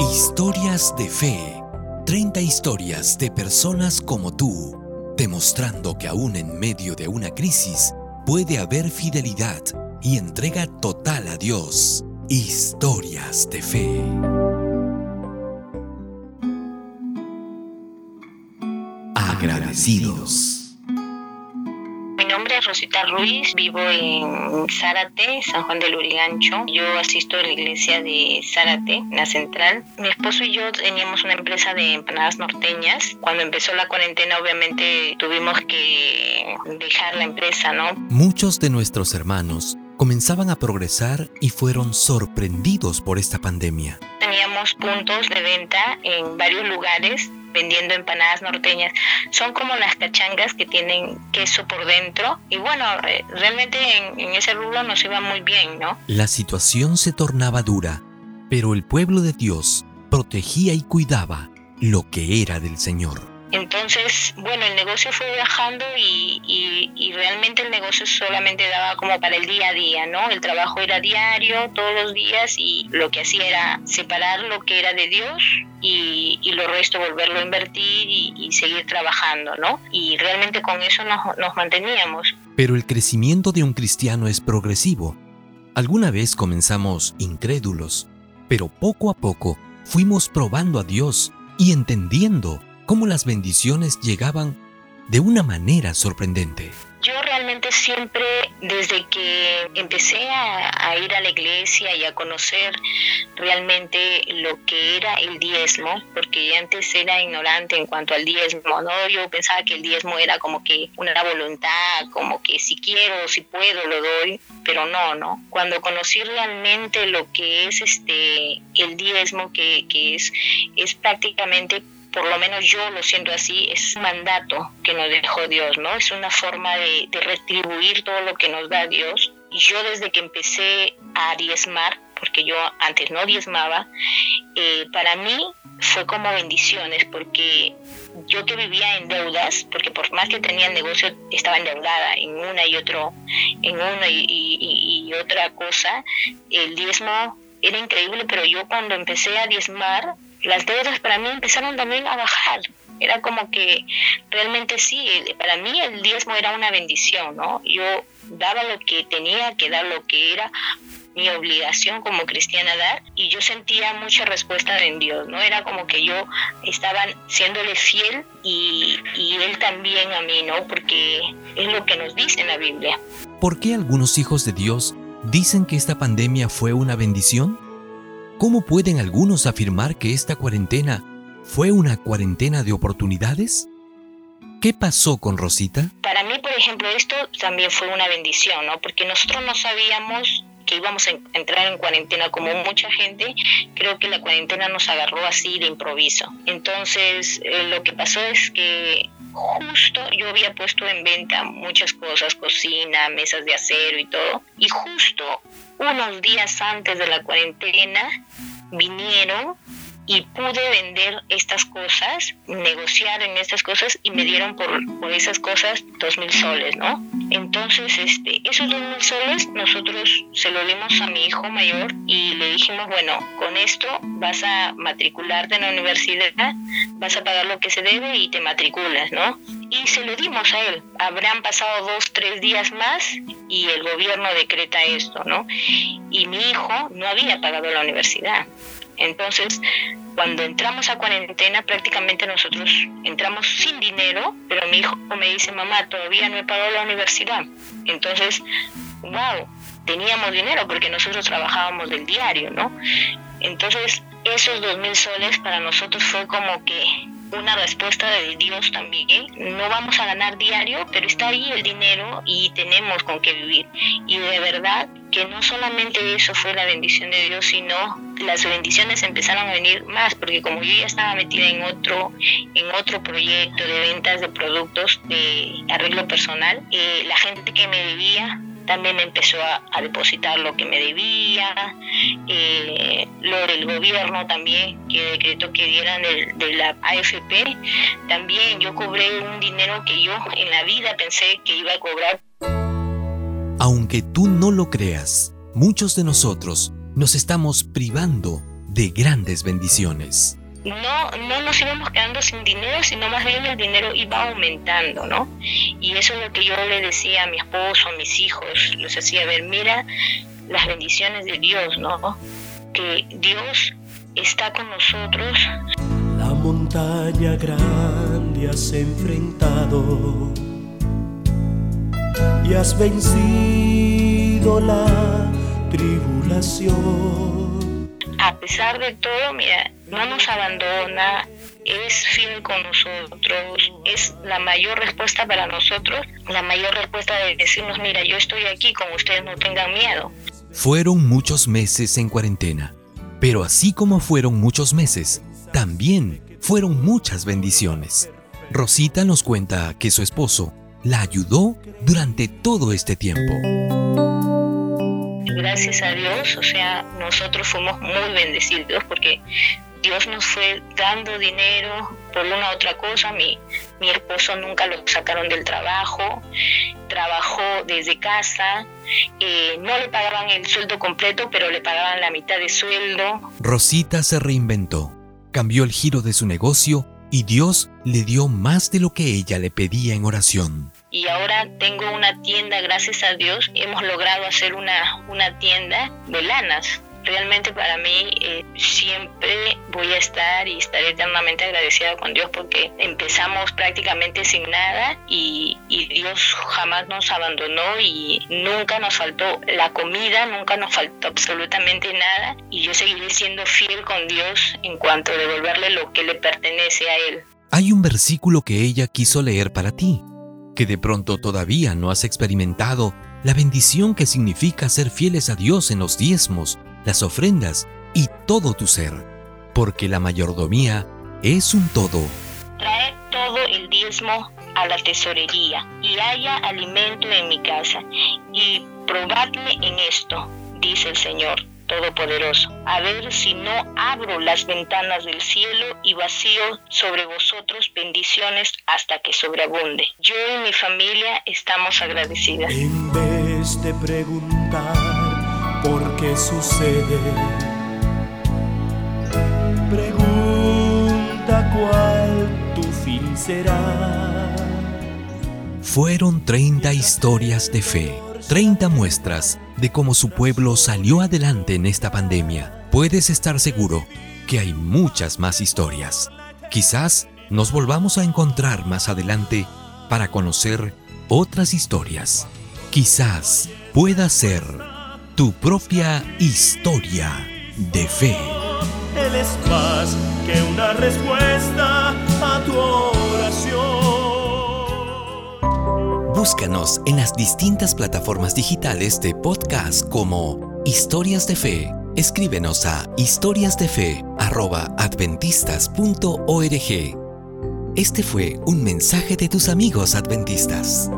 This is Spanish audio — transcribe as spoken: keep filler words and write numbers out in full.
Historias de fe. treinta historias de personas como tú, demostrando que aún en medio de una crisis puede haber fidelidad y entrega total a Dios. Historias de fe. Agradecidos. Mi nombre es Rosita Ruiz, vivo en Zárate, San Juan del Lurigancho. Yo asisto a la iglesia de Zárate, en la central. Mi esposo y yo teníamos una empresa de empanadas norteñas. Cuando empezó la cuarentena, obviamente tuvimos que dejar la empresa, ¿no? Muchos de nuestros hermanos comenzaban a progresar y fueron sorprendidos por esta pandemia. Teníamos puntos de venta en varios lugares vendiendo empanadas norteñas. Son como las cachangas que tienen queso por dentro. Y bueno, realmente en, en ese rubro nos iba muy bien, ¿no? La situación se tornaba dura, pero el pueblo de Dios protegía y cuidaba lo que era del Señor. Entonces, bueno, el negocio fue bajando y, y, y realmente el negocio solamente daba como para el día a día, ¿no? El trabajo era diario, todos los días, y lo que hacía era separar lo que era de Dios y, y lo resto volverlo a invertir y, y seguir trabajando, ¿no? Y realmente con eso nos, nos manteníamos. Pero el crecimiento de un cristiano es progresivo. Alguna vez comenzamos incrédulos, pero poco a poco fuimos probando a Dios y entendiendo cómo las bendiciones llegaban de una manera sorprendente. Yo realmente siempre, desde que empecé a, a ir a la iglesia y a conocer realmente lo que era el diezmo, porque antes era ignorante en cuanto al diezmo, ¿no? Yo pensaba que el diezmo era como que una voluntad, como que si quiero, si puedo, lo doy, pero no, ¿no? Cuando conocí realmente lo que es este el diezmo, que, que es, es prácticamente, por lo menos yo lo siento así, es un mandato que nos dejó Dios, ¿no? Es una forma de, de retribuir todo lo que nos da Dios. Y yo desde que empecé a diezmar, porque yo antes no diezmaba, eh, para mí fue como bendiciones, porque yo que vivía en deudas, porque por más que tenía el negocio estaba endeudada en una y otro, en una y, y, y otra cosa, el diezmo era increíble, pero yo cuando empecé a diezmar, las deudas para mí empezaron también a bajar. Era como que realmente sí, para mí el diezmo era una bendición, ¿no? Yo daba lo que tenía que dar, lo que era mi obligación como cristiana dar, y yo sentía mucha respuesta en Dios, ¿no? Era como que yo estaba siéndole fiel y, y Él también a mí, ¿no? Porque es lo que nos dice en la Biblia. ¿Por qué algunos hijos de Dios dicen que esta pandemia fue una bendición? ¿Cómo pueden algunos afirmar que esta cuarentena fue una cuarentena de oportunidades? ¿Qué pasó con Rosita? Para mí, por ejemplo, esto también fue una bendición, ¿no? Porque nosotros no sabíamos que íbamos a entrar en cuarentena como mucha gente. Creo que la cuarentena nos agarró así de improviso. Entonces, eh, lo que pasó es que justo yo había puesto en venta muchas cosas, cocina, mesas de acero y todo, y justo unos días antes de la cuarentena vinieron y pude vender estas cosas, negociar en estas cosas, y me dieron por, por esas cosas dos mil soles, ¿no? Entonces, este, esos dos mil soles nosotros se lo dimos a mi hijo mayor y le dijimos, bueno, con esto vas a matricularte en la universidad, vas a pagar lo que se debe y te matriculas, ¿no? Y se lo dimos a él. Habrán pasado dos, tres días más y el gobierno decreta esto, ¿no? Y mi hijo no había pagado la universidad. Entonces, cuando entramos a cuarentena, prácticamente nosotros entramos sin dinero, pero mi hijo me dice, mamá, todavía no he pagado la universidad. Entonces, wow, teníamos dinero porque nosotros trabajábamos del diario, ¿no? Entonces, esos dos mil soles para nosotros fue como que una respuesta de Dios también. No vamos a ganar diario, pero está ahí el dinero y tenemos con qué vivir. Y de verdad que no solamente eso fue la bendición de Dios, sino las bendiciones empezaron a venir más, porque como yo ya estaba metida en otro en otro proyecto de ventas de productos de arreglo personal, eh, la gente que me debía también me empezó a, a depositar lo que me debía, eh, lo del gobierno también, que decretó que dieran de, de la A F P, también yo cobré un dinero que yo en la vida pensé que iba a cobrar. Aunque tú no lo creas, muchos de nosotros nos estamos privando de grandes bendiciones. No, no nos íbamos quedando sin dinero, sino más bien el dinero iba aumentando, ¿no? Y eso es lo que yo le decía a mi esposo, a mis hijos, les hacía ver, mira las bendiciones de Dios, ¿no? Que Dios está con nosotros. La montaña grande has enfrentado y has vencido la tribulación. A pesar de todo, mira, no nos abandona, es fiel con nosotros, es la mayor respuesta para nosotros, la mayor respuesta de decirnos, mira, yo estoy aquí con ustedes, no tengan miedo. Fueron muchos meses en cuarentena, pero así como fueron muchos meses, también fueron muchas bendiciones. Rosita nos cuenta que su esposo la ayudó durante todo este tiempo. Gracias a Dios, o sea, nosotros fuimos muy bendecidos porque Dios nos fue dando dinero por una u otra cosa. Mi, mi esposo nunca lo sacaron del trabajo, trabajó desde casa, eh, no le pagaban el sueldo completo, pero le pagaban la mitad de sueldo. Rosita se reinventó, cambió el giro de su negocio y Dios le dio más de lo que ella le pedía en oración. Y ahora tengo una tienda, gracias a Dios, hemos logrado hacer una, una tienda de lanas. Realmente para mí eh, siempre voy a estar y estaré eternamente agradecida con Dios porque empezamos prácticamente sin nada y, y Dios jamás nos abandonó y nunca nos faltó la comida, nunca nos faltó absolutamente nada y yo seguiré siendo fiel con Dios en cuanto a devolverle lo que le pertenece a Él. Hay un versículo que ella quiso leer para ti, que de pronto todavía no has experimentado la bendición que significa ser fieles a Dios en los diezmos, las ofrendas y todo tu ser, porque la mayordomía es un todo. Traed todo el diezmo a la tesorería y haya alimento en mi casa y probadme en esto, dice el Señor Todopoderoso, a ver si no abro las ventanas del cielo y vacío sobre vosotros bendiciones hasta que sobreabunde. Yo y mi familia estamos agradecidas. En vez de preguntar por qué sucede, pregunta cuál tu fin será. Fueron treinta historias de fe, treinta muestras de cómo su pueblo salió adelante en esta pandemia. Puedes estar seguro que hay muchas más historias. Quizás nos volvamos a encontrar más adelante para conocer otras historias. Quizás pueda ser tu propia historia de fe. Él es más que una respuesta a tu oración. Búscanos en las distintas plataformas digitales de podcast como Historias de Fe. Escríbenos a historiasdefe arroba adventistas punto org. Este fue un mensaje de tus amigos adventistas.